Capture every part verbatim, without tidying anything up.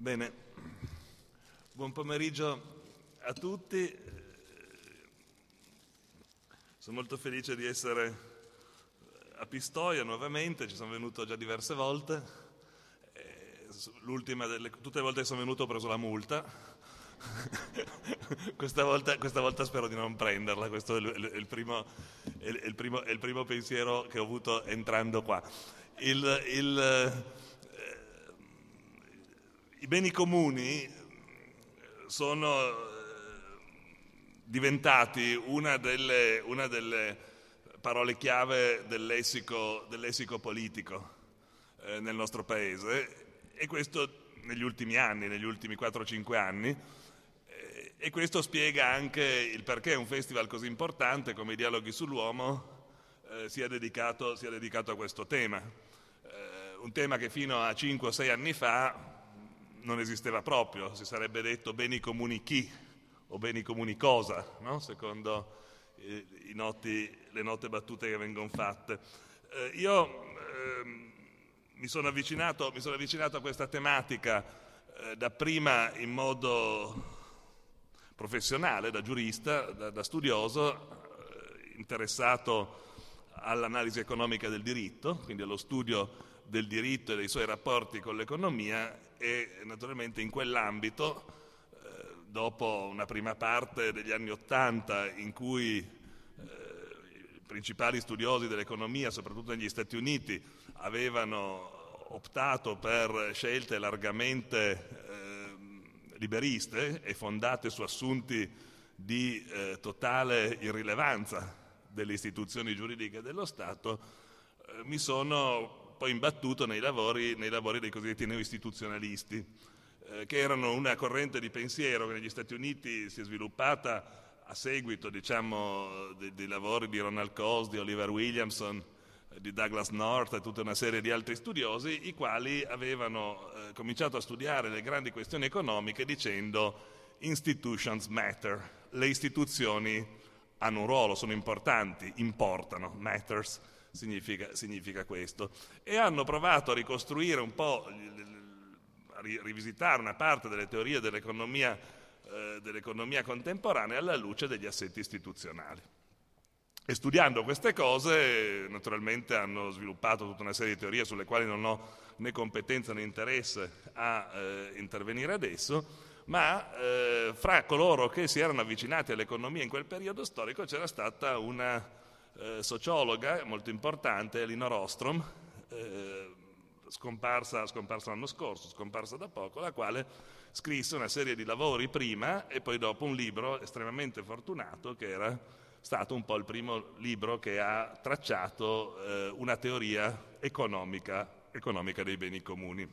Bene, buon pomeriggio a tutti. Sono molto felice di essere a Pistoia nuovamente, ci sono venuto già diverse volte. L'ultima delle, tutte le volte che sono venuto ho preso la multa. questa, volta, questa volta spero di non prenderla, questo è il, è il, primo, è il, primo, è il primo pensiero che ho avuto entrando qua. Il, il, I beni comuni sono diventati una delle, una delle parole chiave del lessico, del lessico politico eh, nel nostro paese, e questo negli ultimi anni, negli ultimi quattro cinque anni, eh, e questo spiega anche il perché un festival così importante come i Dialoghi sull'uomo eh, sia dedicato, sia dedicato a questo tema. Eh, un tema che fino a cinque o sei anni fa non esisteva proprio, si sarebbe detto beni comuni chi o beni comuni cosa, no? Secondo eh, i noti, le note battute che vengono fatte. Eh, io eh, mi, sono avvicinato, mi sono avvicinato a questa tematica eh, dapprima in modo professionale, da giurista, da, da studioso, eh, interessato all'analisi economica del diritto, quindi allo studio del diritto e dei suoi rapporti con l'economia, e naturalmente in quell'ambito, eh, dopo una prima parte degli anni Ottanta in cui eh, i principali studiosi dell'economia, soprattutto negli Stati Uniti, avevano optato per scelte largamente eh, liberiste e fondate su assunti di eh, totale irrilevanza delle istituzioni giuridiche dello Stato, eh, mi sono poi imbattuto nei lavori, nei lavori dei cosiddetti neoistituzionalisti, eh, che erano una corrente di pensiero che negli Stati Uniti si è sviluppata a seguito, diciamo, dei, dei lavori di Ronald Coase, di Oliver Williamson, eh, di Douglas North e tutta una serie di altri studiosi, i quali avevano eh, cominciato a studiare le grandi questioni economiche dicendo institutions matter, le istituzioni hanno un ruolo, sono importanti, importano, matters significa, significa questo, e hanno provato a ricostruire un po', a rivisitare una parte delle teorie dell'economia, eh, dell'economia contemporanea alla luce degli assetti istituzionali. E studiando queste cose, naturalmente hanno sviluppato tutta una serie di teorie sulle quali non ho né competenza né interesse a eh, intervenire adesso, ma eh, fra coloro che si erano avvicinati all'economia in quel periodo storico c'era stata una eh, sociologa molto importante, Elinor Ostrom, eh, scomparsa, scomparsa l'anno scorso, scomparsa da poco, la quale scrisse una serie di lavori prima e poi dopo un libro estremamente fortunato che era stato un po' il primo libro che ha tracciato eh, una teoria economica, economica dei beni comuni.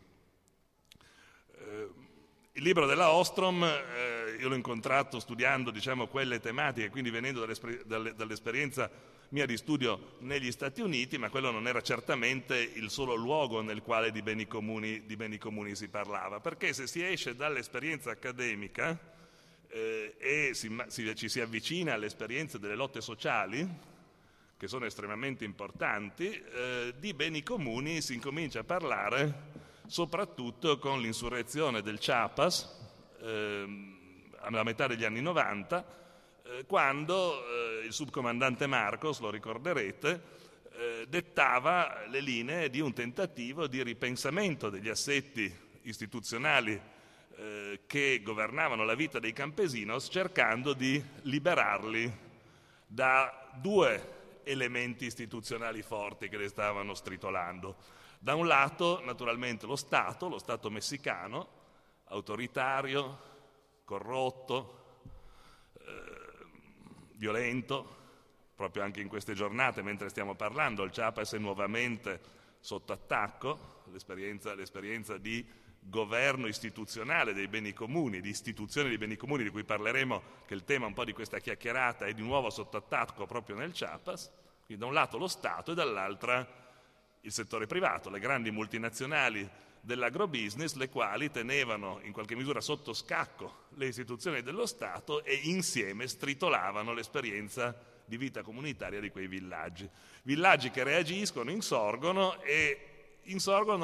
Eh, il libro della Ostrom, eh, io l'ho incontrato studiando, diciamo, quelle tematiche, quindi venendo dalle, dall'esperienza mia di studio negli Stati Uniti, ma quello non era certamente il solo luogo nel quale di beni comuni, di beni comuni si parlava, perché se si esce dall'esperienza accademica eh, e si, si, ci si avvicina alle esperienze delle lotte sociali, che sono estremamente importanti, eh, di beni comuni si incomincia a parlare soprattutto con l'insurrezione del Chiapas eh, alla metà degli anni novanta, eh, quando eh, il subcomandante Marcos, lo ricorderete, eh, dettava le linee di un tentativo di ripensamento degli assetti istituzionali eh, che governavano la vita dei campesinos, cercando di liberarli da due elementi istituzionali forti che le stavano stritolando. Da un lato, naturalmente, lo Stato, lo Stato messicano, autoritario, corrotto, eh, violento, proprio anche in queste giornate, mentre stiamo parlando, il Chiapas è nuovamente sotto attacco, l'esperienza, l'esperienza di governo istituzionale dei beni comuni, di istituzione dei beni comuni, di cui parleremo, che è il tema un po' di questa chiacchierata, è di nuovo sotto attacco proprio nel Chiapas. Quindi da un lato lo Stato e dall'altra il settore privato, le grandi multinazionali dell'agrobusiness, le quali tenevano in qualche misura sotto scacco le istituzioni dello Stato e insieme stritolavano l'esperienza di vita comunitaria di quei villaggi. Villaggi che reagiscono, insorgono e insorgono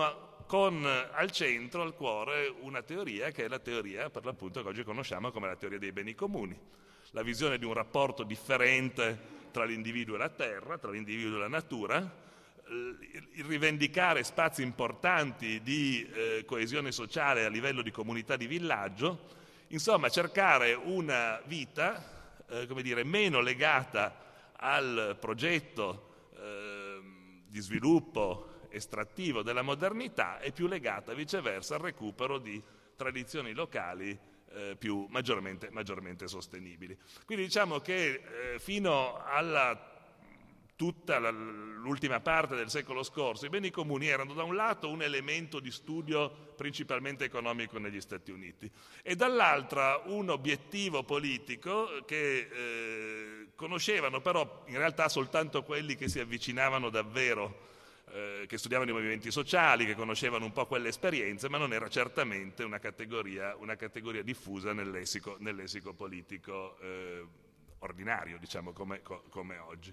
con al centro, al cuore, una teoria che è la teoria, per l'appunto, che oggi conosciamo come la teoria dei beni comuni. La visione di un rapporto differente tra l'individuo e la terra, tra l'individuo e la natura, il rivendicare spazi importanti di eh, coesione sociale a livello di comunità di villaggio, insomma cercare una vita eh, come dire, meno legata al progetto eh, di sviluppo estrattivo della modernità e più legata viceversa al recupero di tradizioni locali eh, più maggiormente, maggiormente sostenibili. Quindi diciamo che eh, fino alla tutta la, l'ultima parte del secolo scorso i beni comuni erano da un lato un elemento di studio principalmente economico negli Stati Uniti e dall'altra un obiettivo politico che eh, conoscevano però in realtà soltanto quelli che si avvicinavano davvero, eh, che studiavano i movimenti sociali, che conoscevano un po' quelle esperienze, ma non era certamente una categoria, una categoria diffusa nel lessico, nel lessico politico eh, ordinario, diciamo come, come oggi.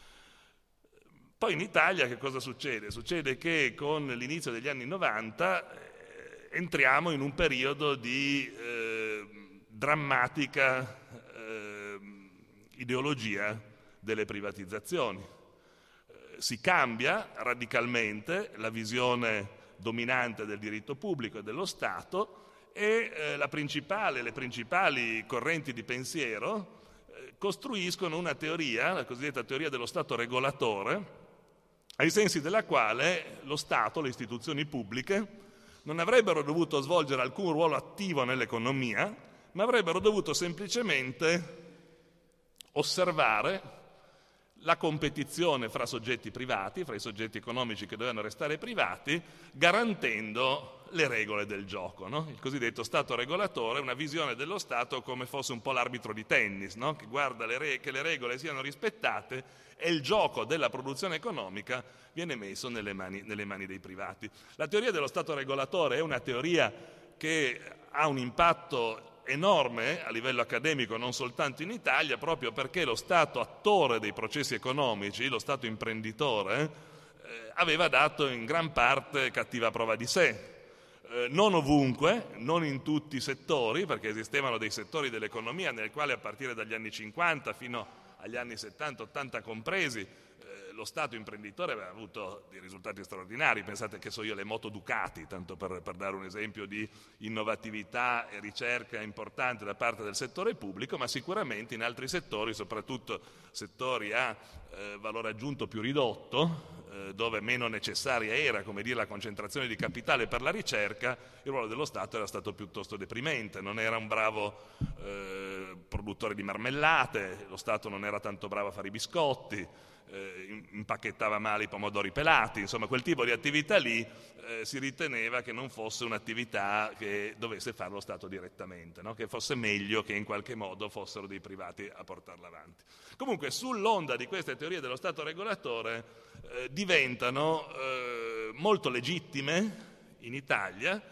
Poi in Italia che cosa succede? Succede che con l'inizio degli anni novanta eh, entriamo in un periodo di eh, drammatica eh, ideologia delle privatizzazioni. Eh, si cambia radicalmente la visione dominante del diritto pubblico e dello Stato e eh, la principale, le principali correnti di pensiero eh, costruiscono una teoria, la cosiddetta teoria dello Stato regolatore, ai sensi della quale lo Stato, le istituzioni pubbliche, non avrebbero dovuto svolgere alcun ruolo attivo nell'economia, ma avrebbero dovuto semplicemente osservare la competizione fra soggetti privati, fra i soggetti economici che dovevano restare privati, garantendo le regole del gioco, no? Il cosiddetto Stato regolatore è una visione dello Stato come fosse un po' l'arbitro di tennis, no? Che guarda le re- che le regole siano rispettate e il gioco della produzione economica viene messo nelle mani, nelle mani dei privati. La teoria dello Stato regolatore è una teoria che ha un impatto enorme a livello accademico non soltanto in Italia, proprio perché lo Stato attore dei processi economici, lo Stato imprenditore, eh, aveva dato in gran parte cattiva prova di sé. Eh, non ovunque, non in tutti i settori, perché esistevano dei settori dell'economia nel quale a partire dagli anni cinquanta fino agli anni settanta ottanta compresi, eh, lo Stato imprenditore aveva avuto dei risultati straordinari. Pensate che so io le moto Ducati, tanto per, per dare un esempio di innovatività e ricerca importante da parte del settore pubblico, ma sicuramente in altri settori, soprattutto settori a eh, valore aggiunto più ridotto, eh, dove meno necessaria era, come dire, la concentrazione di capitale per la ricerca, il ruolo dello Stato era stato piuttosto deprimente. Non era un bravo eh, produttore di marmellate, lo Stato non era tanto bravo a fare i biscotti, eh, impacchettava male i pomodori pelati, insomma quel tipo di attività lì eh, si riteneva che non fosse un'attività che dovesse fare lo Stato direttamente, no? Che fosse meglio che in qualche modo fossero dei privati a portarla avanti. Comunque sull'onda di queste teorie dello Stato regolatore eh, diventano eh, molto legittime in Italia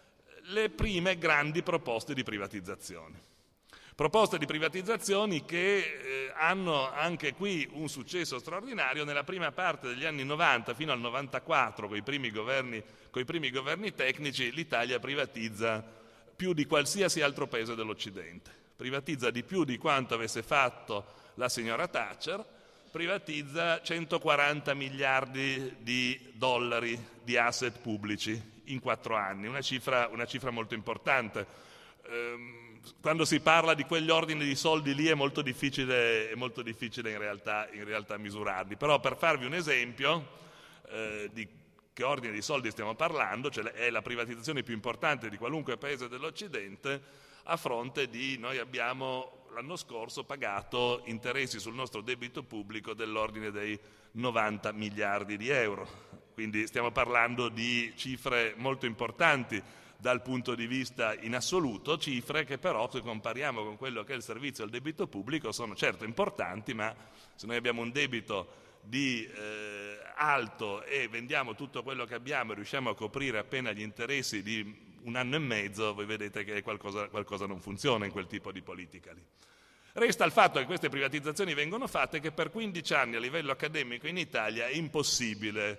le prime grandi proposte di privatizzazione. Proposte di privatizzazioni che eh, hanno anche qui un successo straordinario. Nella prima parte degli anni novanta fino al novantaquattro, con i primi governi, con i primi governi tecnici, l'Italia privatizza più di qualsiasi altro paese dell'Occidente. Privatizza di più di quanto avesse fatto la signora Thatcher, privatizza centoquaranta miliardi di dollari di asset pubblici in quattro anni, una cifra, una cifra molto importante. Ehm, Quando si parla di quegli ordini di soldi lì è molto difficile, è molto difficile in realtà, in realtà misurarli. Però per farvi un esempio eh, di che ordine di soldi stiamo parlando, cioè è la privatizzazione più importante di qualunque paese dell'Occidente, a fronte di, noi abbiamo l'anno scorso pagato interessi sul nostro debito pubblico dell'ordine dei novanta miliardi di euro. Quindi stiamo parlando di cifre molto importanti dal punto di vista in assoluto, cifre che però se compariamo con quello che è il servizio al debito pubblico sono certo importanti, ma se noi abbiamo un debito di eh, alto e vendiamo tutto quello che abbiamo e riusciamo a coprire appena gli interessi di un anno e mezzo, voi vedete che qualcosa, qualcosa non funziona in quel tipo di politica lì. Resta il fatto che queste privatizzazioni vengono fatte che per quindici anni a livello accademico in Italia è impossibile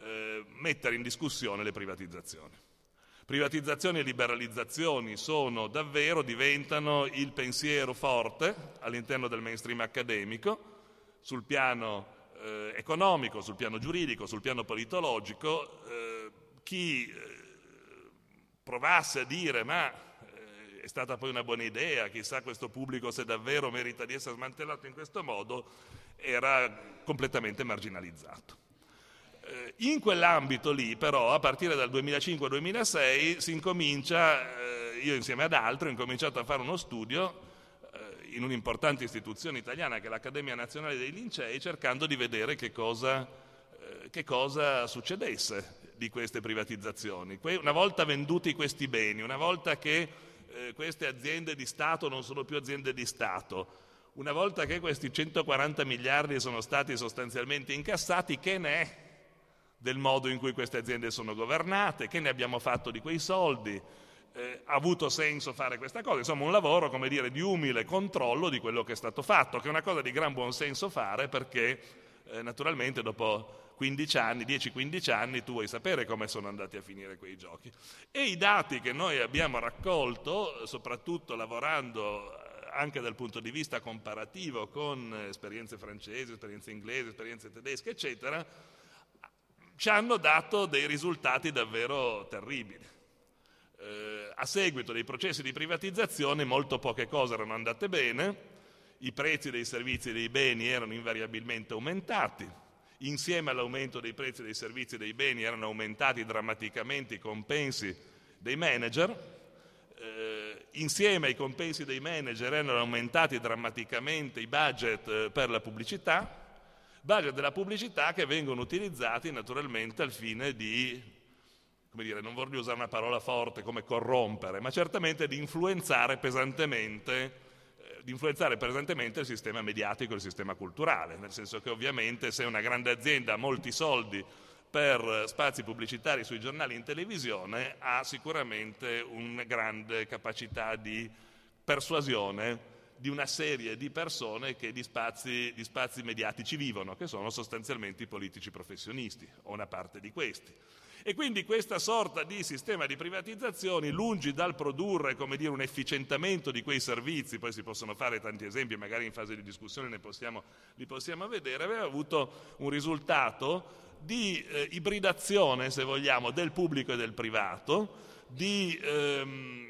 eh, mettere in discussione le privatizzazioni. Privatizzazioni e liberalizzazioni sono davvero, diventano il pensiero forte all'interno del mainstream accademico, sul piano eh, economico, sul piano giuridico, sul piano politologico. Eh, chi eh, provasse a dire ma eh, è stata poi una buona idea, chissà questo pubblico se davvero merita di essere smantellato in questo modo, era completamente marginalizzato. In quell'ambito lì, però, a partire dal duemilacinque duemilasei si incomincia, eh, io insieme ad altri ho incominciato a fare uno studio eh, in un'importante istituzione italiana che è l'Accademia Nazionale dei Lincei, cercando di vedere che cosa, eh, che cosa succedesse di queste privatizzazioni. Que- una volta venduti questi beni, una volta che eh, queste aziende di Stato non sono più aziende di Stato, una volta che questi centoquaranta miliardi sono stati sostanzialmente incassati, che ne è del modo in cui queste aziende sono governate, che ne abbiamo fatto di quei soldi, eh, ha avuto senso fare questa cosa, insomma un lavoro, come dire, di umile controllo di quello che è stato fatto, che è una cosa di gran buon senso fare perché eh, naturalmente dopo quindici anni, dieci quindici anni tu vuoi sapere come sono andati a finire quei giochi. E i dati che noi abbiamo raccolto, soprattutto lavorando anche dal punto di vista comparativo con esperienze francesi, esperienze inglesi, esperienze tedesche, eccetera, ci hanno dato dei risultati davvero terribili. Eh, a seguito dei processi di privatizzazione molto poche cose erano andate bene, i prezzi dei servizi e dei beni erano invariabilmente aumentati, insieme all'aumento dei prezzi dei servizi e dei beni erano aumentati drammaticamente i compensi dei manager, eh, insieme ai compensi dei manager erano aumentati drammaticamente i budget eh, per la pubblicità, budget della pubblicità che vengono utilizzati naturalmente al fine di, come dire, non voglio usare una parola forte come corrompere, ma certamente di influenzare pesantemente, eh, di influenzare pesantemente il sistema mediatico e il sistema culturale, nel senso che ovviamente se una grande azienda ha molti soldi per spazi pubblicitari sui giornali in televisione ha sicuramente una grande capacità di persuasione di una serie di persone che di spazi, di spazi mediatici vivono, che sono sostanzialmente i politici professionisti, o una parte di questi. E quindi questa sorta di sistema di privatizzazioni, lungi dal produrre, come dire, un efficientamento di quei servizi, poi si possono fare tanti esempi, magari in fase di discussione ne possiamo, li possiamo vedere, aveva avuto un risultato di eh, ibridazione, se vogliamo, del pubblico e del privato, di ehm,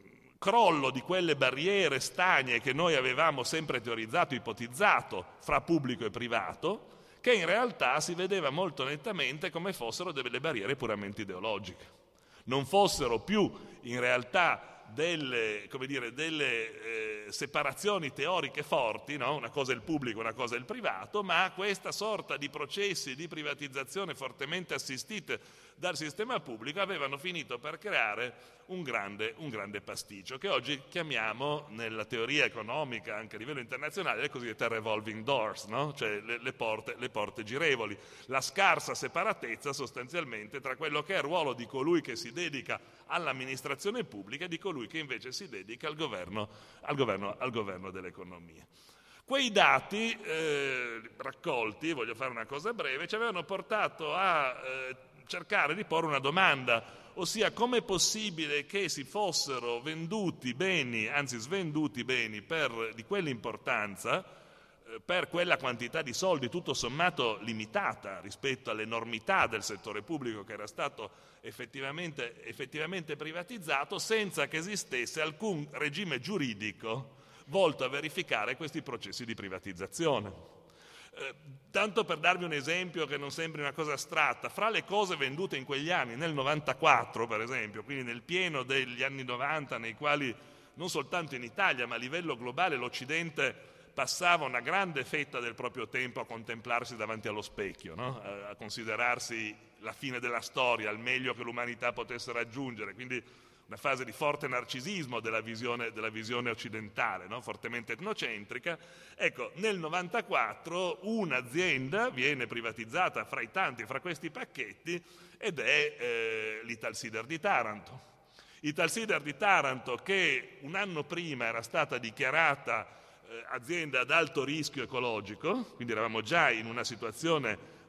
crollo di quelle barriere stagne che noi avevamo sempre teorizzato, ipotizzato fra pubblico e privato, che in realtà si vedeva molto nettamente come fossero delle barriere puramente ideologiche. Non fossero più in realtà delle, come dire, delle eh, separazioni teoriche forti, no? Una cosa è il pubblico, una cosa è il privato, ma questa sorta di processi di privatizzazione fortemente assistite dal sistema pubblico avevano finito per creare un grande, un grande pasticcio che oggi chiamiamo nella teoria economica anche a livello internazionale le cosiddette revolving doors, no? Cioè le, le, porte, le porte girevoli, la scarsa separatezza sostanzialmente tra quello che è il ruolo di colui che si dedica all'amministrazione pubblica e di colui che invece si dedica al governo, al governo, al governo dell'economia. Quei dati eh, raccolti, voglio fare una cosa breve, ci avevano portato a eh, cercare di porre una domanda, ossia com'è possibile che si fossero venduti beni, anzi svenduti beni per, di quell'importanza, eh, per quella quantità di soldi tutto sommato limitata rispetto all'enormità del settore pubblico che era stato effettivamente, effettivamente privatizzato, senza che esistesse alcun regime giuridico volto a verificare questi processi di privatizzazione. Eh, tanto per darvi un esempio che non sembri una cosa astratta, fra le cose vendute in quegli anni, nel novantaquattro per esempio, quindi nel pieno degli anni novanta, nei quali non soltanto in Italia ma a livello globale l'Occidente passava una grande fetta del proprio tempo a contemplarsi davanti allo specchio, no? a, a considerarsi la fine della storia, il meglio che l'umanità potesse raggiungere, quindi una fase di forte narcisismo della visione, della visione occidentale, no? Fortemente etnocentrica. Ecco, nel novantaquattro un'azienda viene privatizzata fra i tanti, fra questi pacchetti, ed è eh, l'Italsider di Taranto. Italsider di Taranto che un anno prima era stata dichiarata eh, azienda ad alto rischio ecologico, quindi eravamo già in una situazione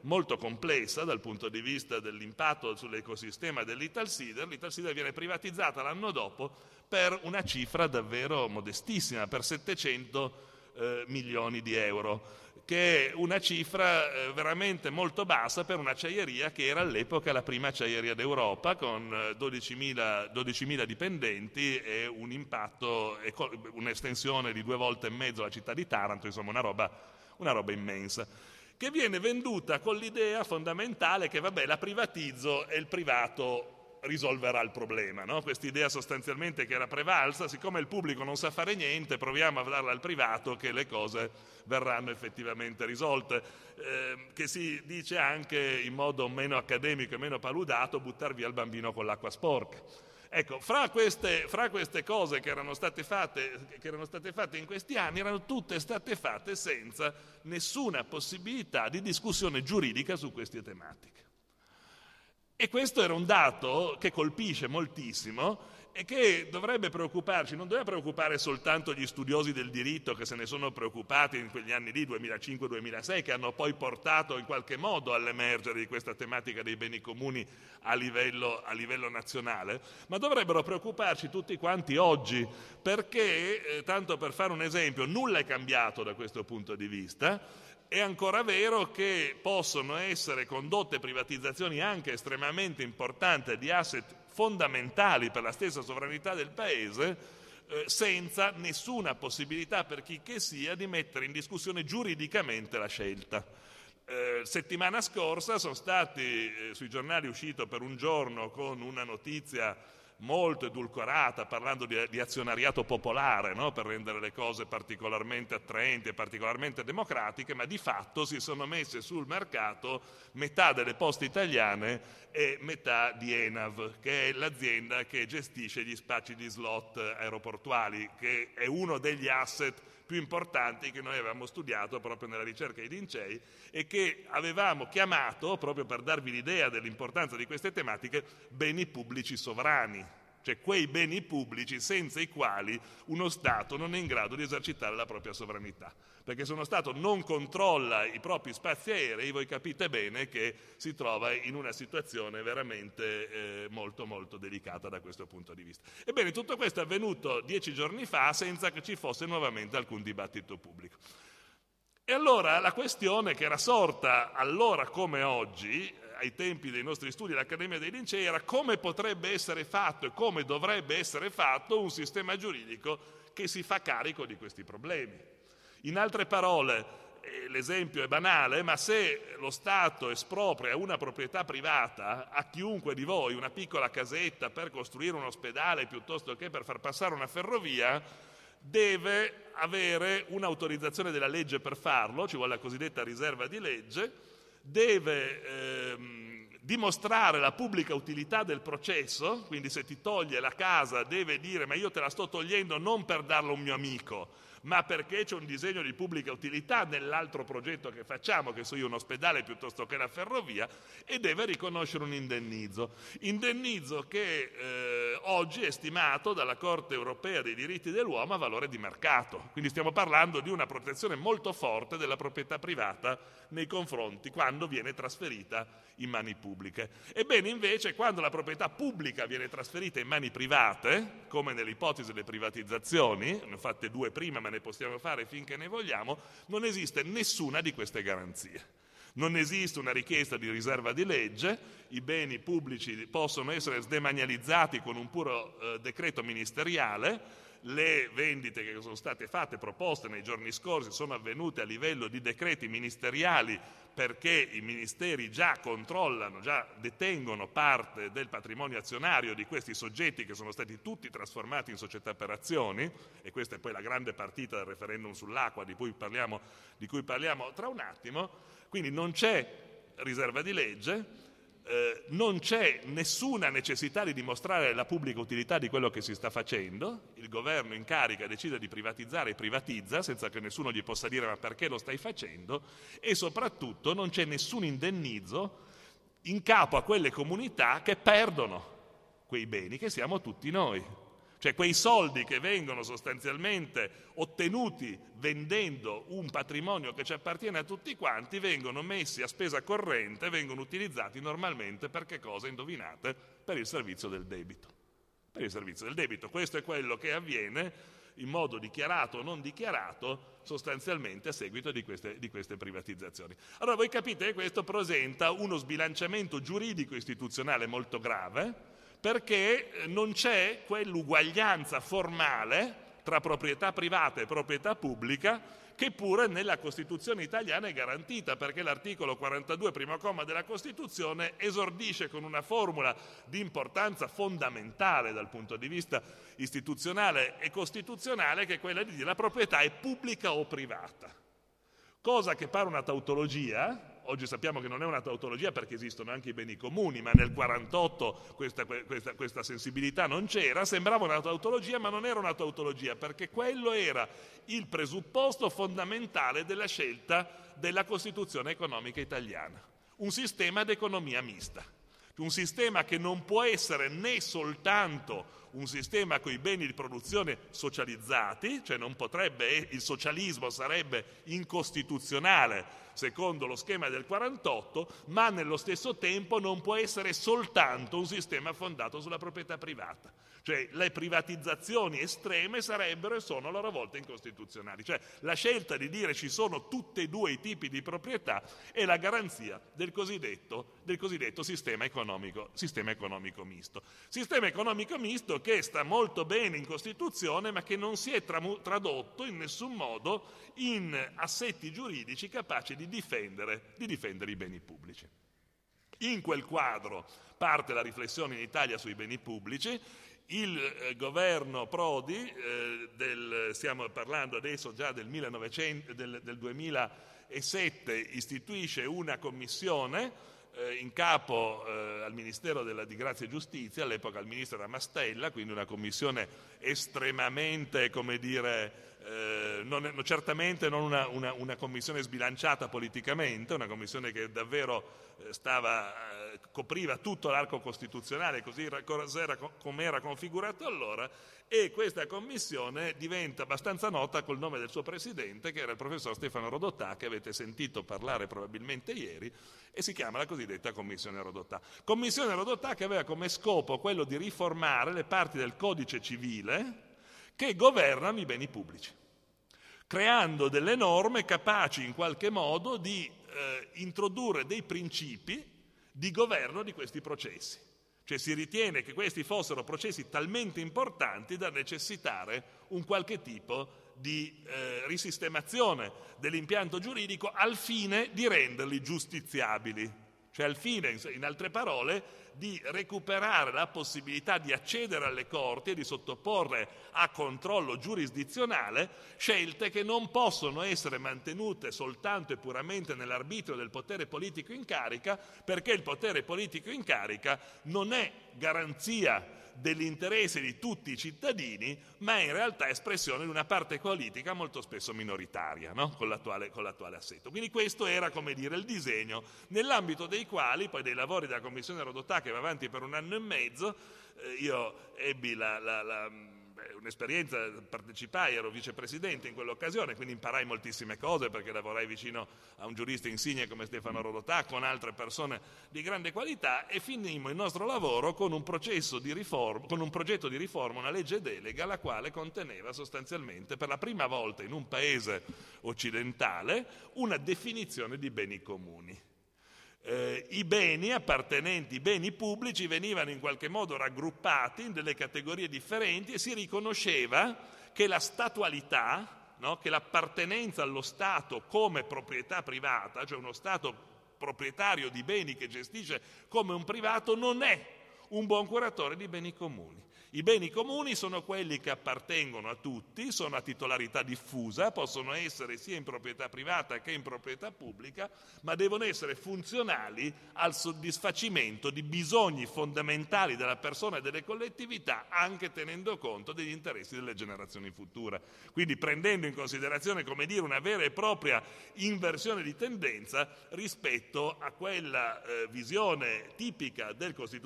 molto complessa dal punto di vista dell'impatto sull'ecosistema dell'Italsider. L'Italsider viene privatizzata l'anno dopo per una cifra davvero modestissima, per settecento eh, milioni di euro, che è una cifra eh, veramente molto bassa per un'acciaieria che era all'epoca la prima acciaieria d'Europa, con dodicimila dipendenti e un impatto, un'estensione di due volte e mezzo la città di Taranto, insomma una roba, una roba immensa, che viene venduta con l'idea fondamentale che vabbè, la privatizzo e il privato risolverà il problema, no? Questa idea sostanzialmente che era prevalsa: siccome il pubblico non sa fare niente, proviamo a darla al privato che le cose verranno effettivamente risolte, eh, che si dice anche in modo meno accademico e meno paludato: buttar via il bambino con l'acqua sporca. Ecco, fra queste, fra queste cose che erano state fatte, che erano state fatte in questi anni, erano tutte state fatte senza nessuna possibilità di discussione giuridica su queste tematiche. E questo era un dato che colpisce moltissimo e che dovrebbe preoccuparci, non doveva preoccupare soltanto gli studiosi del diritto che se ne sono preoccupati in quegli anni lì, duemilacinque duemilasei, che hanno poi portato in qualche modo all'emergere di questa tematica dei beni comuni a livello, a livello nazionale, ma dovrebbero preoccuparci tutti quanti oggi, perché, eh, tanto per fare un esempio, nulla è cambiato da questo punto di vista. È ancora vero che possono essere condotte privatizzazioni anche estremamente importanti di asset fondamentali per la stessa sovranità del Paese, eh, senza nessuna possibilità per chi che sia di mettere in discussione giuridicamente la scelta. Eh, settimana scorsa sono stati eh, sui giornali uscito per un giorno con una notizia molto edulcorata, parlando di, di azionariato popolare, no? Per rendere le cose particolarmente attraenti e particolarmente democratiche, ma di fatto si sono messe sul mercato metà delle Poste Italiane e metà di Enav, che è l'azienda che gestisce gli spacci di slot aeroportuali, che è uno degli asset più importanti che noi avevamo studiato proprio nella ricerca ai Lincei e che avevamo chiamato, proprio per darvi l'idea dell'importanza di queste tematiche, beni pubblici sovrani, cioè quei beni pubblici senza i quali uno Stato non è in grado di esercitare la propria sovranità. Perché se uno Stato non controlla i propri spazi aerei, voi capite bene che si trova in una situazione veramente eh, molto molto delicata da questo punto di vista. Ebbene, tutto questo è avvenuto dieci giorni fa senza che ci fosse nuovamente alcun dibattito pubblico. E allora la questione che era sorta allora come oggi, ai tempi dei nostri studi all'Accademia dei Lincei, era come potrebbe essere fatto e come dovrebbe essere fatto un sistema giuridico che si fa carico di questi problemi. In altre parole, eh, l'esempio è banale, ma se lo Stato espropria una proprietà privata a chiunque di voi una piccola casetta per costruire un ospedale piuttosto che per far passare una ferrovia, deve avere un'autorizzazione della legge per farlo, ci vuole la cosiddetta riserva di legge, deve ehm, dimostrare la pubblica utilità del processo, quindi se ti toglie la casa deve dire ma io te la sto togliendo non per darla a un mio amico, ma perché c'è un disegno di pubblica utilità nell'altro progetto che facciamo, che so io un ospedale piuttosto che la ferrovia, e deve riconoscere un indennizzo. Indennizzo che eh, oggi è stimato dalla Corte Europea dei diritti dell'uomo a valore di mercato. Quindi stiamo parlando di una protezione molto forte della proprietà privata nei confronti quando viene trasferita in mani pubbliche. Ebbene, invece, quando la proprietà pubblica viene trasferita in mani private, come nell'ipotesi delle privatizzazioni, ne ho fatte due prima ma ne possiamo fare finché ne vogliamo, non esiste nessuna di queste garanzie. Non esiste una richiesta di riserva di legge, i beni pubblici possono essere sdemanializzati con un puro eh, decreto ministeriale. Le vendite che sono state fatte, proposte nei giorni scorsi, sono avvenute a livello di decreti ministeriali perché i ministeri già controllano, già detengono parte del patrimonio azionario di questi soggetti che sono stati tutti trasformati in società per azioni, e questa è poi la grande partita del referendum sull'acqua di cui parliamo, di cui parliamo tra un attimo. Quindi non c'è riserva di legge, Eh, non c'è nessuna necessità di dimostrare la pubblica utilità di quello che si sta facendo, il governo in carica decide di privatizzare e privatizza senza che nessuno gli possa dire ma perché lo stai facendo, e soprattutto non c'è nessun indennizzo in capo a quelle comunità che perdono quei beni, che siamo tutti noi. Cioè quei soldi che vengono sostanzialmente ottenuti vendendo un patrimonio che ci appartiene a tutti quanti vengono messi a spesa corrente, vengono utilizzati normalmente per che cosa? Indovinate? Per il servizio del debito. Per il servizio del debito. Questo è quello che avviene in modo dichiarato o non dichiarato sostanzialmente a seguito di queste, di queste privatizzazioni. Allora voi capite che questo presenta uno sbilanciamento giuridico istituzionale molto grave, perché non c'è quell'uguaglianza formale tra proprietà privata e proprietà pubblica che pure nella Costituzione italiana è garantita, perché l'articolo quarantadue, primo comma della Costituzione, esordisce con una formula di importanza fondamentale dal punto di vista istituzionale e costituzionale, che è quella di dire la proprietà è pubblica o privata. Cosa che pare una tautologia. Oggi sappiamo che non è una tautologia perché esistono anche i beni comuni, ma nel quarantotto questa, questa, questa sensibilità non c'era, sembrava una tautologia, ma non era una tautologia, perché quello era il presupposto fondamentale della scelta della Costituzione economica italiana. Un sistema d'economia mista, un sistema che non può essere né soltanto un sistema con i beni di produzione socializzati, cioè non potrebbe, il socialismo sarebbe incostituzionale secondo lo schema del quarantotto, ma nello stesso tempo non può essere soltanto un sistema fondato sulla proprietà privata. Cioè le privatizzazioni estreme sarebbero e sono a loro volta incostituzionali. Cioè la scelta di dire ci sono tutti e due i tipi di proprietà è la garanzia del cosiddetto, del cosiddetto sistema economico, sistema economico misto. Sistema economico misto che sta molto bene in Costituzione, ma che non si è tramu- tradotto in nessun modo in assetti giuridici capaci di difendere, di difendere i beni pubblici. In quel quadro parte la riflessione in Italia sui beni pubblici. Il eh, governo Prodi, eh, del, stiamo parlando adesso già del, millenovecento, del, del duemilasette, istituisce una commissione eh, in capo eh, al Ministero della, di Grazia e Giustizia, all'epoca il ministro era Mastella, quindi una commissione estremamente, come dire, eh, non, no, certamente non una, una, una commissione sbilanciata politicamente, una commissione che davvero eh, stava... copriva tutto l'arco costituzionale, così era, come era configurato allora, e questa commissione diventa abbastanza nota col nome del suo presidente, che era il professor Stefano Rodotà, che avete sentito parlare probabilmente ieri, e si chiama la cosiddetta Commissione Rodotà. Commissione Rodotà che aveva come scopo quello di riformare le parti del codice civile che governano i beni pubblici, creando delle norme capaci in qualche modo di eh, introdurre dei principi di governo di questi processi. Cioè si ritiene che questi fossero processi talmente importanti da necessitare un qualche tipo di eh, risistemazione dell'impianto giuridico al fine di renderli giustiziabili, cioè al fine, in altre parole, di recuperare la possibilità di accedere alle corti e di sottoporre a controllo giurisdizionale scelte che non possono essere mantenute soltanto e puramente nell'arbitrio del potere politico in carica, perché il potere politico in carica non è garanzia dell'interesse di tutti i cittadini, ma è in realtà espressione di una parte politica molto spesso minoritaria, no? con, l'attuale, con l'attuale assetto. Quindi questo era, come dire, il disegno, nell'ambito dei quali, poi dei lavori della Commissione Rodotà che va avanti per un anno e mezzo, eh, io ebbi la... la, la un'esperienza, partecipai, ero vicepresidente in quell'occasione, quindi imparai moltissime cose perché lavorai vicino a un giurista insigne come Stefano Rodotà, con altre persone di grande qualità, e finimmo il nostro lavoro con un processo di riforma, con un progetto di riforma, una legge delega, la quale conteneva sostanzialmente per la prima volta in un paese occidentale una definizione di beni comuni. Eh, I beni appartenenti, i beni pubblici venivano in qualche modo raggruppati in delle categorie differenti e si riconosceva che la statualità, no, che l'appartenenza allo Stato come proprietà privata, cioè uno Stato proprietario di beni che gestisce come un privato, non è un buon curatore di beni comuni. I beni comuni sono quelli che appartengono a tutti, sono a titolarità diffusa, possono essere sia in proprietà privata che in proprietà pubblica, ma devono essere funzionali al soddisfacimento di bisogni fondamentali della persona e delle collettività, anche tenendo conto degli interessi delle generazioni future. Quindi prendendo in considerazione, come dire, una vera e propria inversione di tendenza rispetto a quella eh, visione tipica del costituzionalismo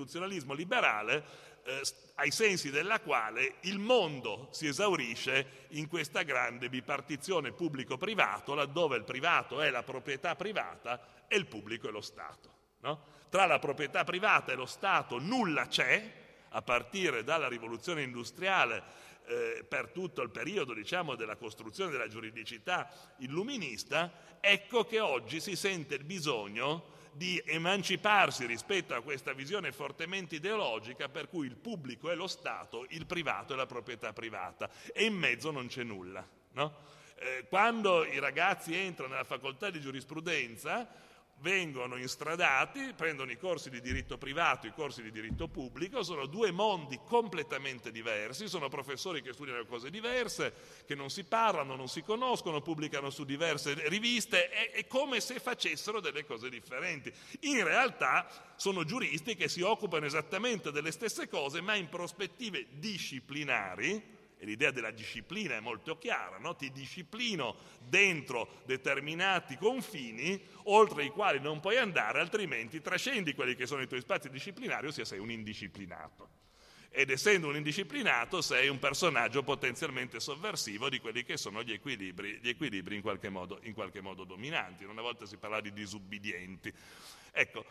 liberalismo liberale, eh, ai sensi della quale il mondo si esaurisce in questa grande bipartizione pubblico-privato, laddove il privato è la proprietà privata e il pubblico è lo Stato, no? Tra la proprietà privata e lo Stato nulla c'è, a partire dalla rivoluzione industriale eh, per tutto il periodo, diciamo, della costruzione della giuridicità illuminista. Ecco che oggi si sente il bisogno di emanciparsi rispetto a questa visione fortemente ideologica per cui il pubblico è lo Stato, il privato è la proprietà privata e in mezzo non c'è nulla, no? Eh, quando i ragazzi entrano nella facoltà di giurisprudenza vengono instradati, prendono i corsi di diritto privato, i corsi di diritto pubblico, sono due mondi completamente diversi, sono professori che studiano cose diverse, che non si parlano, non si conoscono, pubblicano su diverse riviste, è, è come se facessero delle cose differenti. In realtà sono giuristi che si occupano esattamente delle stesse cose, ma in prospettive disciplinari. E l'idea della disciplina è molto chiara, no? Ti disciplino dentro determinati confini oltre i quali non puoi andare, altrimenti trascendi quelli che sono i tuoi spazi disciplinari, ossia sei un indisciplinato. Ed essendo un indisciplinato sei un personaggio potenzialmente sovversivo di quelli che sono gli equilibri, gli equilibri in qualche modo, in qualche modo dominanti. Una volta si parlava di disubbidienti. Ecco,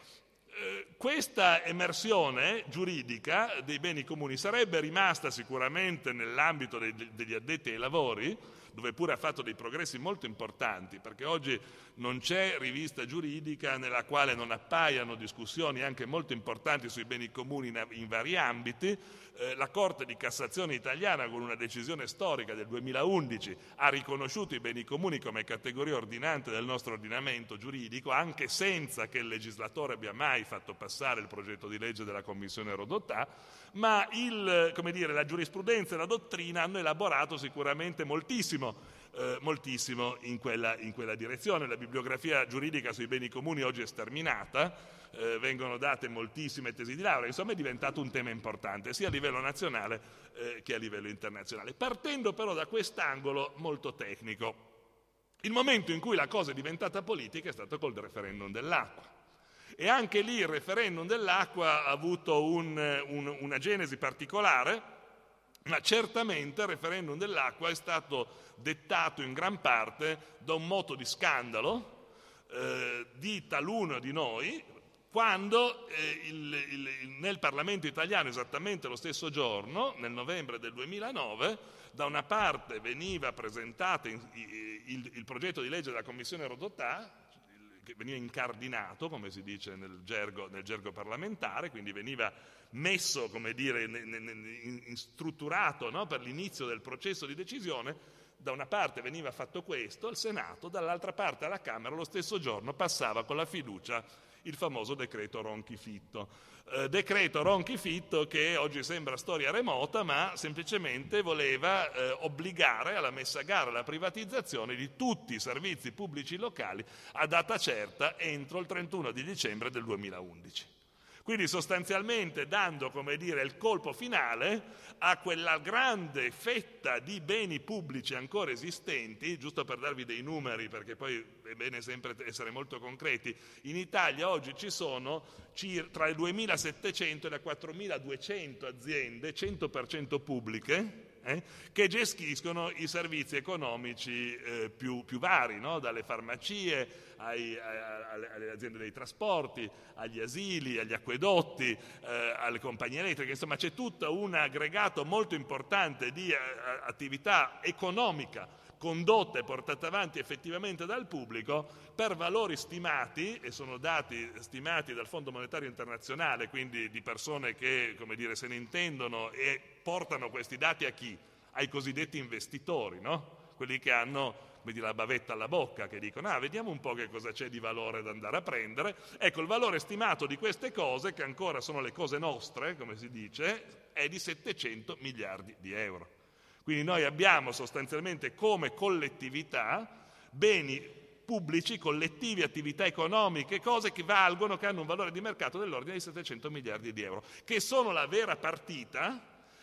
questa emersione giuridica dei beni comuni sarebbe rimasta sicuramente nell'ambito dei, degli addetti ai lavori, dove pure ha fatto dei progressi molto importanti, perché oggi non c'è rivista giuridica nella quale non appaiano discussioni anche molto importanti sui beni comuni in, in vari ambiti. Eh, la Corte di Cassazione italiana, con una decisione storica del duemilaundici, ha riconosciuto i beni comuni come categoria ordinante del nostro ordinamento giuridico, anche senza che il legislatore abbia mai fatto passare il progetto di legge della Commissione Rodotà, ma il, come dire, la giurisprudenza e la dottrina hanno elaborato sicuramente moltissimo, eh, moltissimo in quella, in quella direzione. La bibliografia giuridica sui beni comuni oggi è sterminata, eh, vengono date moltissime tesi di laurea, insomma è diventato un tema importante sia a livello nazionale eh, che a livello internazionale. Partendo però da quest'angolo molto tecnico, il momento in cui la cosa è diventata politica è stato col referendum dell'acqua. E anche lì il referendum dell'acqua ha avuto un, un, una genesi particolare, ma certamente il referendum dell'acqua è stato dettato in gran parte da un moto di scandalo eh, di taluno di noi, quando eh, il, il, nel Parlamento italiano, esattamente lo stesso giorno, nel novembre del duemilanove, da una parte veniva presentato il, il, il progetto di legge della Commissione Rodotà, che veniva incardinato, come si dice nel gergo, nel gergo parlamentare, quindi veniva messo, come dire, in, in, strutturato, no, per l'inizio del processo di decisione. Da una parte veniva fatto questo al Senato, dall'altra parte alla Camera lo stesso giorno passava con la fiducia il famoso decreto Ronchi-Fitto. Eh, decreto Ronchi-Fitto che oggi sembra storia remota, ma semplicemente voleva eh, obbligare alla messa a gara, alla privatizzazione di tutti i servizi pubblici locali a data certa entro il trentuno di dicembre del duemilaundici. Quindi sostanzialmente dando, come dire, il colpo finale a quella grande fetta di beni pubblici ancora esistenti. Giusto per darvi dei numeri, perché poi è bene sempre essere molto concreti, in Italia oggi ci sono tra le duemilasettecento e le quattromiladuecento aziende cento per cento pubbliche, Eh, che gestiscono i servizi economici eh, più, più vari, no? Dalle farmacie ai, a, alle, alle aziende dei trasporti, agli asili, agli acquedotti, eh, alle compagnie elettriche. Insomma, c'è tutto un aggregato molto importante di a, a, attività economica condotta e portata avanti effettivamente dal pubblico per valori stimati, e sono dati stimati dal Fondo Monetario Internazionale, quindi di persone che, come dire, se ne intendono e portano questi dati a chi? Ai cosiddetti investitori, no? Quelli che hanno, come dire, la bavetta alla bocca, che dicono ah, vediamo un po' che cosa c'è di valore da andare a prendere. Ecco, il valore stimato di queste cose, che ancora sono le cose nostre, come si dice, è di settecento miliardi di euro. Quindi noi abbiamo sostanzialmente come collettività beni pubblici, collettivi, attività economiche, cose che valgono, che hanno un valore di mercato dell'ordine di settecento miliardi di euro, che sono la vera partita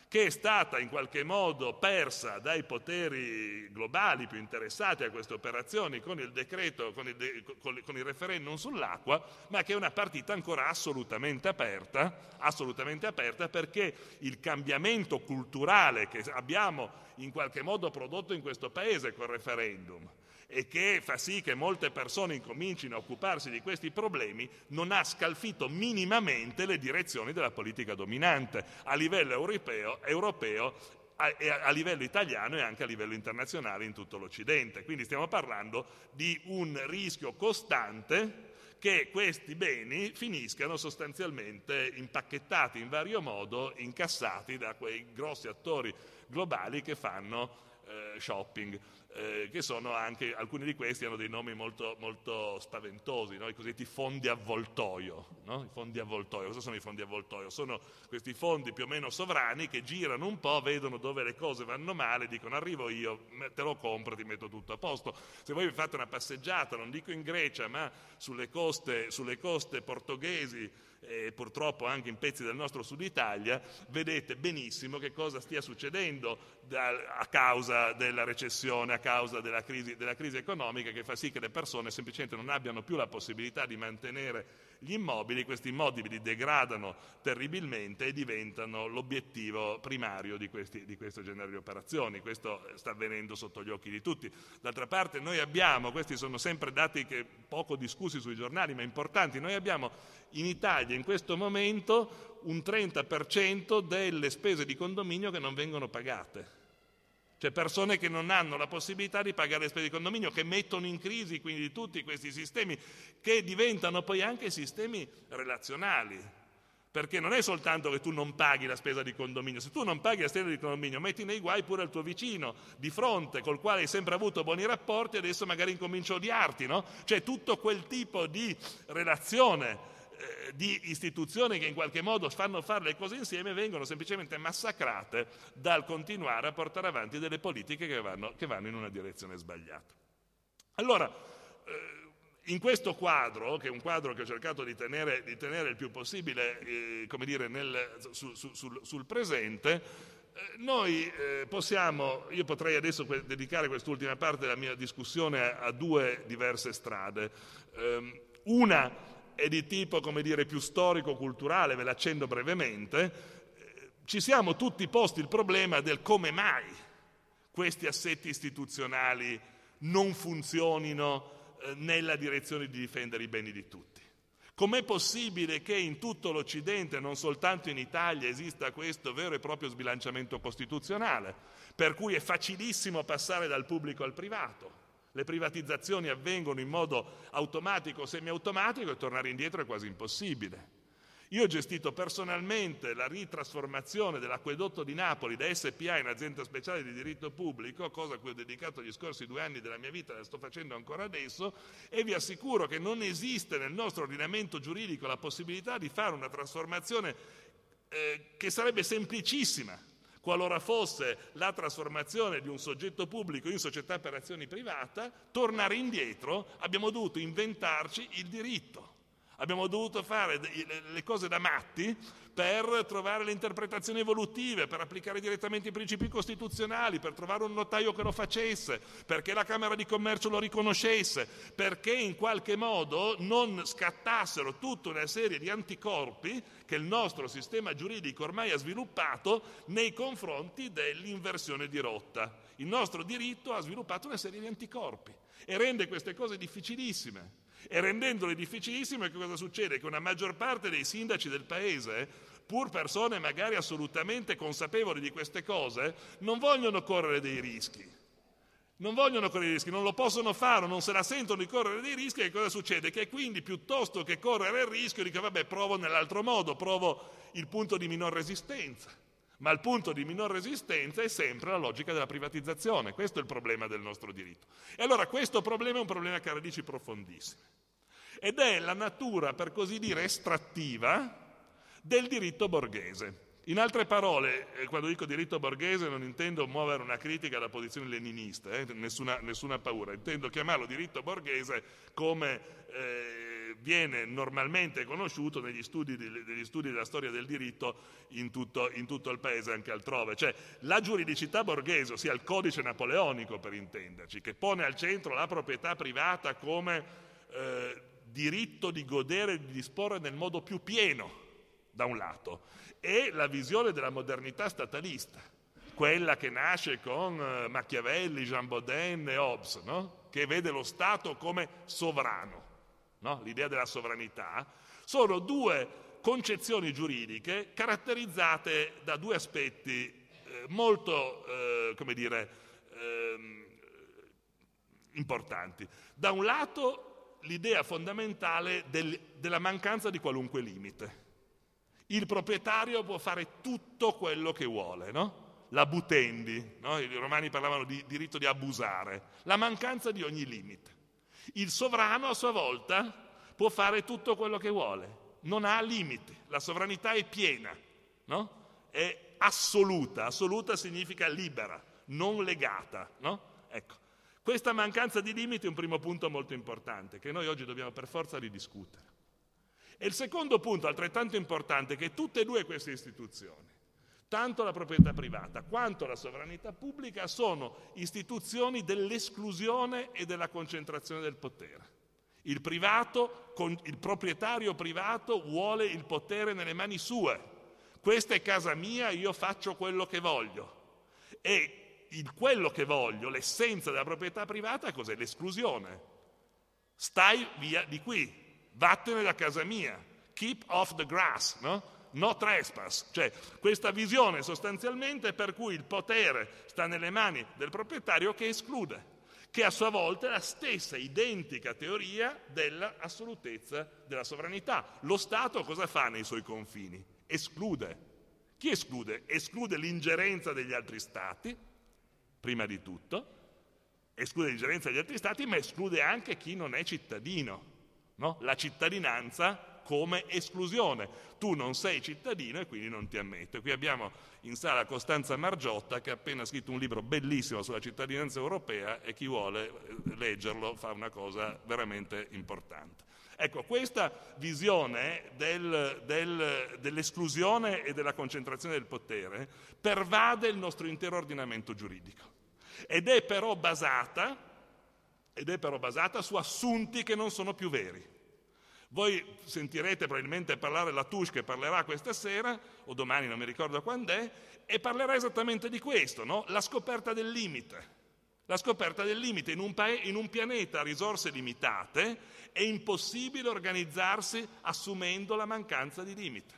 che è stata in qualche modo persa dai poteri globali più interessati a queste operazioni con il decreto, con il, de, con, con il referendum sull'acqua, ma che è una partita ancora assolutamente aperta, assolutamente aperta, perché il cambiamento culturale che abbiamo in qualche modo prodotto in questo paese col referendum e che fa sì che molte persone incomincino a occuparsi di questi problemi, non ha scalfito minimamente le direzioni della politica dominante a livello europeo, europeo a, a livello italiano e anche a livello internazionale in tutto l'Occidente. Quindi stiamo parlando di un rischio costante che questi beni finiscano sostanzialmente impacchettati in vario modo, incassati da quei grossi attori globali che fanno eh, shopping. Eh, che sono anche, alcuni di questi hanno dei nomi molto, molto spaventosi, no? I cosiddetti fondi avvoltoio, no? I fondi avvoltoio, cosa sono i fondi avvoltoio? Sono questi fondi più o meno sovrani che girano un po', vedono dove le cose vanno male, dicono arrivo io, te lo compro, ti metto tutto a posto. Se voi vi fate una passeggiata, non dico in Grecia, ma sulle coste, sulle coste portoghesi, e purtroppo anche in pezzi del nostro sud Italia, vedete benissimo che cosa stia succedendo da, a causa della recessione, a causa della crisi, della crisi economica, che fa sì che le persone semplicemente non abbiano più la possibilità di mantenere gli immobili. Questi immobili degradano terribilmente e diventano l'obiettivo primario di, questi, di questo genere di operazioni. Questo sta avvenendo sotto gli occhi di tutti. D'altra parte noi abbiamo, questi sono sempre dati che poco discussi sui giornali ma importanti, noi abbiamo in Italia in questo momento un trenta per cento delle spese di condominio che non vengono pagate. Cioè persone che non hanno la possibilità di pagare le spese di condominio, che mettono in crisi quindi tutti questi sistemi, che diventano poi anche sistemi relazionali. Perché non è soltanto che tu non paghi la spesa di condominio, se tu non paghi la spesa di condominio metti nei guai pure il tuo vicino di fronte, col quale hai sempre avuto buoni rapporti e adesso magari incomincia a odiarti, no? Cioè tutto quel tipo di relazione, eh, di istituzioni che in qualche modo fanno fare le cose insieme, vengono semplicemente massacrate dal continuare a portare avanti delle politiche che vanno, che vanno in una direzione sbagliata. Allora, eh, in questo quadro, che è un quadro che ho cercato di tenere, di tenere il più possibile eh, come dire, nel, su, su, sul, sul presente, eh, noi eh, possiamo, io potrei adesso que- dedicare quest'ultima parte della mia discussione a, a due diverse strade. Um, una è di tipo, come dire, più storico-culturale, ve l'accendo brevemente. Eh, ci siamo tutti posti il problema del come mai questi assetti istituzionali non funzionino nella direzione di difendere i beni di tutti. Com'è possibile che in tutto l'Occidente, non soltanto in Italia, esista questo vero e proprio sbilanciamento costituzionale, per cui è facilissimo passare dal pubblico al privato, le privatizzazioni avvengono in modo automatico o semiautomatico e tornare indietro è quasi impossibile. Io ho gestito personalmente la ritrasformazione dell'acquedotto di Napoli da S P A in azienda speciale di diritto pubblico, cosa a cui ho dedicato gli scorsi due anni della mia vita, la sto facendo ancora adesso, e vi assicuro che non esiste nel nostro ordinamento giuridico la possibilità di fare una trasformazione eh, che sarebbe semplicissima, qualora fosse la trasformazione di un soggetto pubblico in società per azioni privata. Tornare indietro, abbiamo dovuto inventarci il diritto. Abbiamo dovuto fare le cose da matti per trovare le interpretazioni evolutive, per applicare direttamente i principi costituzionali, per trovare un notaio che lo facesse, perché la Camera di Commercio lo riconoscesse, perché in qualche modo non scattassero tutta una serie di anticorpi che il nostro sistema giuridico ormai ha sviluppato nei confronti dell'inversione di rotta. Il nostro diritto ha sviluppato una serie di anticorpi e rende queste cose difficilissime. E rendendole difficilissime, che cosa succede? Che una maggior parte dei sindaci del paese, pur persone magari assolutamente consapevoli di queste cose, non vogliono correre dei rischi. Non vogliono correre dei rischi, non lo possono fare, non se la sentono di correre dei rischi. E cosa succede? Che quindi piuttosto che correre il rischio dico vabbè, provo nell'altro modo, provo il punto di minor resistenza. Ma il punto di minor resistenza è sempre la logica della privatizzazione. Questo è il problema del nostro diritto. E allora questo problema è un problema che ha radici profondissime. Ed è la natura, per così dire, estrattiva del diritto borghese. In altre parole, eh, quando dico diritto borghese non intendo muovere una critica alla posizione leninista, eh, nessuna, nessuna paura. Intendo chiamarlo diritto borghese come... Eh, viene normalmente conosciuto negli studi, di, negli studi della storia del diritto in tutto, in tutto il paese e anche altrove. Cioè la giuridicità borghese, ossia il codice napoleonico per intenderci, che pone al centro la proprietà privata come eh, diritto di godere e di disporre nel modo più pieno, da un lato, e la visione della modernità statalista, quella che nasce con eh, Machiavelli, Jean Bodin e Hobbes, no? Che vede lo Stato come sovrano, no? L'idea della sovranità. Sono due concezioni giuridiche caratterizzate da due aspetti eh, molto, eh, come dire, eh, importanti. Da un lato l'idea fondamentale del, della mancanza di qualunque limite. Il proprietario può fare tutto quello che vuole, no? L'abutendi, no? I romani parlavano di diritto di abusare, la mancanza di ogni limite. Il sovrano a sua volta può fare tutto quello che vuole, non ha limiti, la sovranità è piena, no? È assoluta, assoluta significa libera, non legata, no? Ecco, questa mancanza di limiti è un primo punto molto importante che noi oggi dobbiamo per forza ridiscutere. E il secondo punto altrettanto importante è che tutte e due queste istituzioni, tanto la proprietà privata quanto la sovranità pubblica, sono istituzioni dell'esclusione e della concentrazione del potere. Il privato, il proprietario privato vuole il potere nelle mani sue. Questa è casa mia, io faccio quello che voglio. E il quello che voglio, l'essenza della proprietà privata, cos'è? L'esclusione. Stai via di qui. Vattene da casa mia, keep off the grass, no? No trespass, cioè questa visione sostanzialmente per cui il potere sta nelle mani del proprietario che esclude, che a sua volta è la stessa identica teoria dell'assolutezza della sovranità. Lo Stato cosa fa nei suoi confini? Esclude. Chi esclude? Esclude l'ingerenza degli altri Stati, prima di tutto, esclude l'ingerenza degli altri Stati, ma esclude anche chi non è cittadino. No? La cittadinanza come esclusione. Tu non sei cittadino e quindi non ti ammetto. Qui abbiamo in sala Costanza Margiotta che ha appena scritto un libro bellissimo sulla cittadinanza europea e chi vuole leggerlo fa una cosa veramente importante. Ecco, questa visione del, del, dell'esclusione e della concentrazione del potere pervade il nostro intero ordinamento giuridico ed è però basata ed è però basata su assunti che non sono più veri. Voi sentirete probabilmente parlare Latouche, che parlerà questa sera, o domani, non mi ricordo quando è, e parlerà esattamente di questo, no? La scoperta del limite. La scoperta del limite. In un, pa- in un pianeta a risorse limitate è impossibile organizzarsi assumendo la mancanza di limite.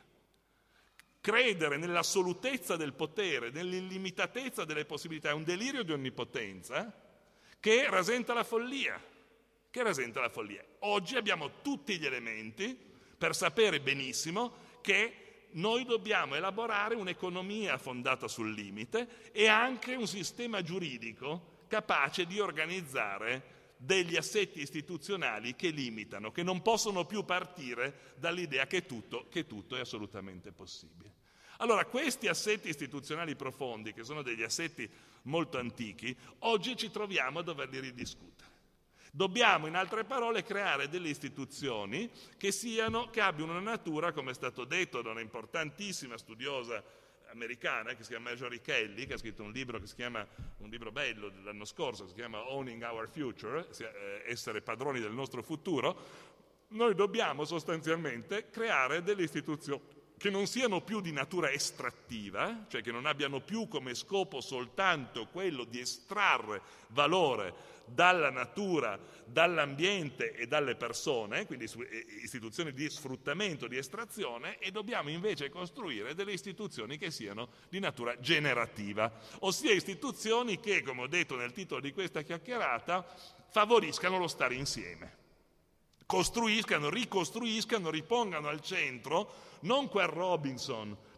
Credere nell'assolutezza del potere, nell'illimitatezza delle possibilità, è un delirio di onnipotenza che rasenta la follia, che rasenta la follia. Oggi abbiamo tutti gli elementi per sapere benissimo che noi dobbiamo elaborare un'economia fondata sul limite e anche un sistema giuridico capace di organizzare degli assetti istituzionali che limitano, che non possono più partire dall'idea che tutto, che tutto è assolutamente possibile. Allora, questi assetti istituzionali profondi, che sono degli assetti molto antichi, oggi ci troviamo a doverli ridiscutere. Dobbiamo, in altre parole, creare delle istituzioni che siano, che abbiano una natura, come è stato detto da una importantissima studiosa americana che si chiama Marjorie Kelly, che ha scritto un libro che si chiama, un libro bello dell'anno scorso, che si chiama Owning Our Future, essere padroni del nostro futuro. Noi dobbiamo sostanzialmente creare delle istituzioni che non siano più di natura estrattiva, cioè che non abbiano più come scopo soltanto quello di estrarre valore dalla natura, dall'ambiente e dalle persone, quindi istituzioni di sfruttamento, di estrazione, e dobbiamo invece costruire delle istituzioni che siano di natura generativa, ossia istituzioni che, come ho detto nel titolo di questa chiacchierata, favoriscano lo stare insieme. Costruiscano, ricostruiscano, ripongano al centro non quel Robinson,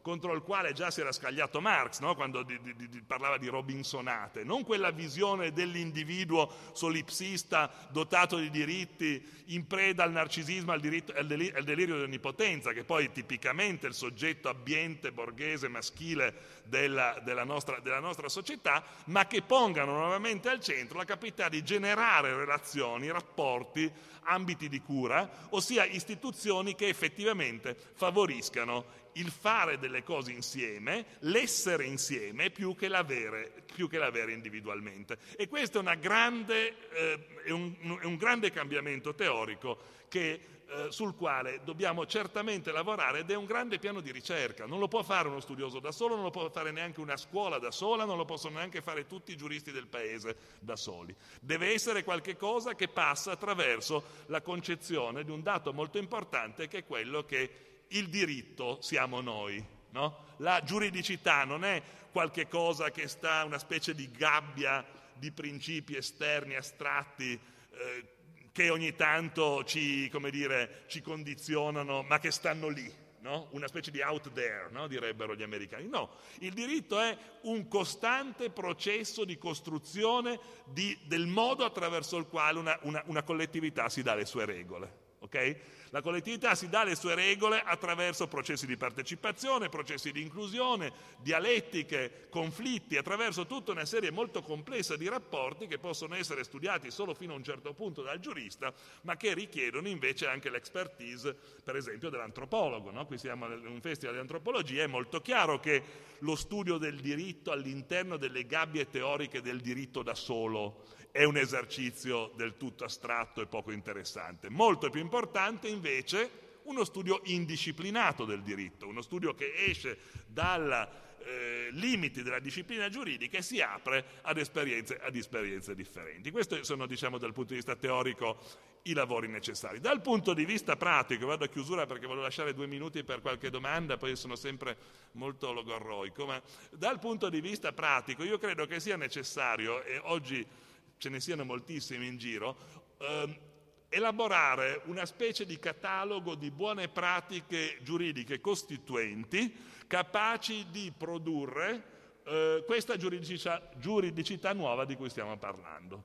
contro il quale già si era scagliato Marx, no? Quando di, di, di, parlava di robinsonate, non quella visione dell'individuo solipsista dotato di diritti in preda al narcisismo, al, diritto, al, deli, al delirio dell'onnipotenza, che poi è tipicamente il soggetto abbiente, borghese, maschile della, della, nostra, della nostra società, ma che pongano nuovamente al centro la capacità di generare relazioni, rapporti, ambiti di cura, ossia istituzioni che effettivamente favoriscano il fare delle cose insieme, l'essere insieme più che l'avere, più che l'avere individualmente. E questo è, una grande, eh, è, un, è un grande cambiamento teorico che, eh, sul quale dobbiamo certamente lavorare, ed è un grande piano di ricerca. Non lo può fare uno studioso da solo, non lo può fare neanche una scuola da sola, non lo possono neanche fare tutti i giuristi del paese da soli. Deve essere qualche cosa che passa attraverso la concezione di un dato molto importante, che è quello che il diritto siamo noi, no? La giuridicità non è qualche cosa che sta, una specie di gabbia di principi esterni, astratti, eh, che ogni tanto ci, come dire, ci condizionano, ma che stanno lì, no? Una specie di out there, no? Direbbero gli americani. No, il diritto è un costante processo di costruzione di, del modo attraverso il quale una, una, una collettività si dà le sue regole. Okay? La collettività si dà le sue regole attraverso processi di partecipazione, processi di inclusione, dialettiche, conflitti, attraverso tutta una serie molto complessa di rapporti che possono essere studiati solo fino a un certo punto dal giurista, ma che richiedono invece anche l'expertise, per esempio, dell'antropologo, no? Qui siamo in un festival di antropologia, è molto chiaro che lo studio del diritto all'interno delle gabbie teoriche del diritto da solo è un esercizio del tutto astratto e poco interessante. Molto più importante invece uno studio indisciplinato del diritto, uno studio che esce dai eh, limiti della disciplina giuridica e si apre ad esperienze, ad esperienze differenti. Questi sono, diciamo, dal punto di vista teorico i lavori necessari. Dal punto di vista pratico, vado a chiusura perché voglio lasciare due minuti per qualche domanda, poi sono sempre molto logorroico, ma dal punto di vista pratico io credo che sia necessario, e oggi ce ne siano moltissimi in giro, ehm, elaborare una specie di catalogo di buone pratiche giuridiche costituenti capaci di produrre eh, questa giuridicità, giuridicità nuova di cui stiamo parlando.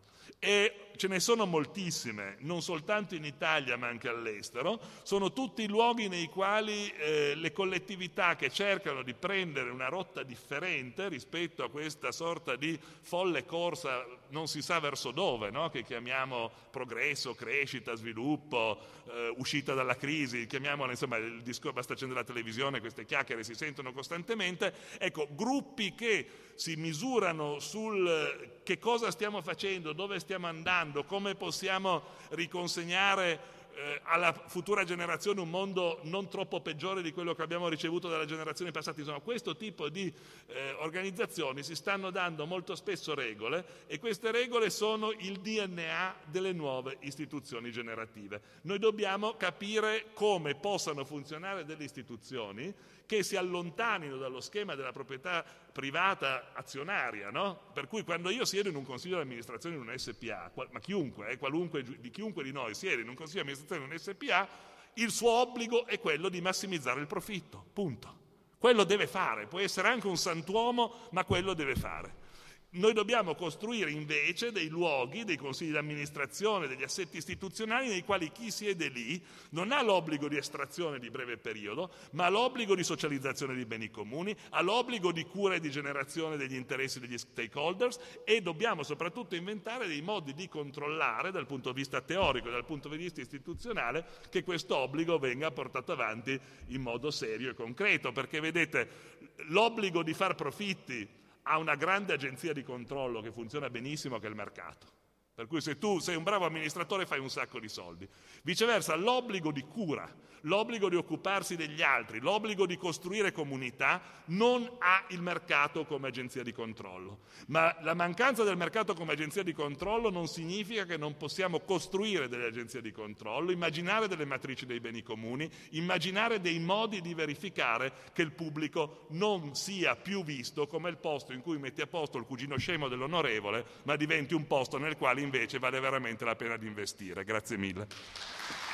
E ce ne sono moltissime, non soltanto in Italia ma anche all'estero. Sono tutti luoghi nei quali eh, le collettività che cercano di prendere una rotta differente rispetto a questa sorta di folle corsa non si sa verso dove, no? Che chiamiamo progresso, crescita, sviluppo, eh, uscita dalla crisi, chiamiamola, insomma, il discorso, basta accendere la televisione, queste chiacchiere si sentono costantemente. Ecco, gruppi che si misurano sul che cosa stiamo facendo, dove stiamo andando, come possiamo riconsegnare eh, alla futura generazione un mondo non troppo peggiore di quello che abbiamo ricevuto dalle generazioni passate. Insomma, questo tipo di eh, organizzazioni si stanno dando molto spesso regole, e queste regole sono il D N A delle nuove istituzioni generative. Noi dobbiamo capire come possano funzionare delle istituzioni che si allontanino dallo schema della proprietà privata azionaria, no? Per cui quando io siedo in un consiglio di amministrazione di un S P A, ma chiunque, eh, qualunque, di chiunque di noi siede in un consiglio di amministrazione di un S P A, il suo obbligo è quello di massimizzare il profitto, punto. Quello deve fare, può essere anche un santuomo, ma quello deve fare. Noi dobbiamo costruire invece dei luoghi, dei consigli di amministrazione, degli assetti istituzionali nei quali chi siede lì non ha l'obbligo di estrazione di breve periodo, ma ha l'obbligo di socializzazione di beni comuni, ha l'obbligo di cura e di generazione degli interessi degli stakeholders, e dobbiamo soprattutto inventare dei modi di controllare dal punto di vista teorico e dal punto di vista istituzionale che questo obbligo venga portato avanti in modo serio e concreto, perché vedete, l'obbligo di far profitti ha una grande agenzia di controllo che funziona benissimo, che è il mercato. Per cui se tu sei un bravo amministratore fai un sacco di soldi. Viceversa, l'obbligo di cura, l'obbligo di occuparsi degli altri, l'obbligo di costruire comunità non ha il mercato come agenzia di controllo. Ma la mancanza del mercato come agenzia di controllo non significa che non possiamo costruire delle agenzie di controllo, immaginare delle matrici dei beni comuni, immaginare dei modi di verificare che il pubblico non sia più visto come il posto in cui metti a posto il cugino scemo dell'onorevole, ma diventi un posto nel quale invece vale veramente la pena di investire. Grazie mille.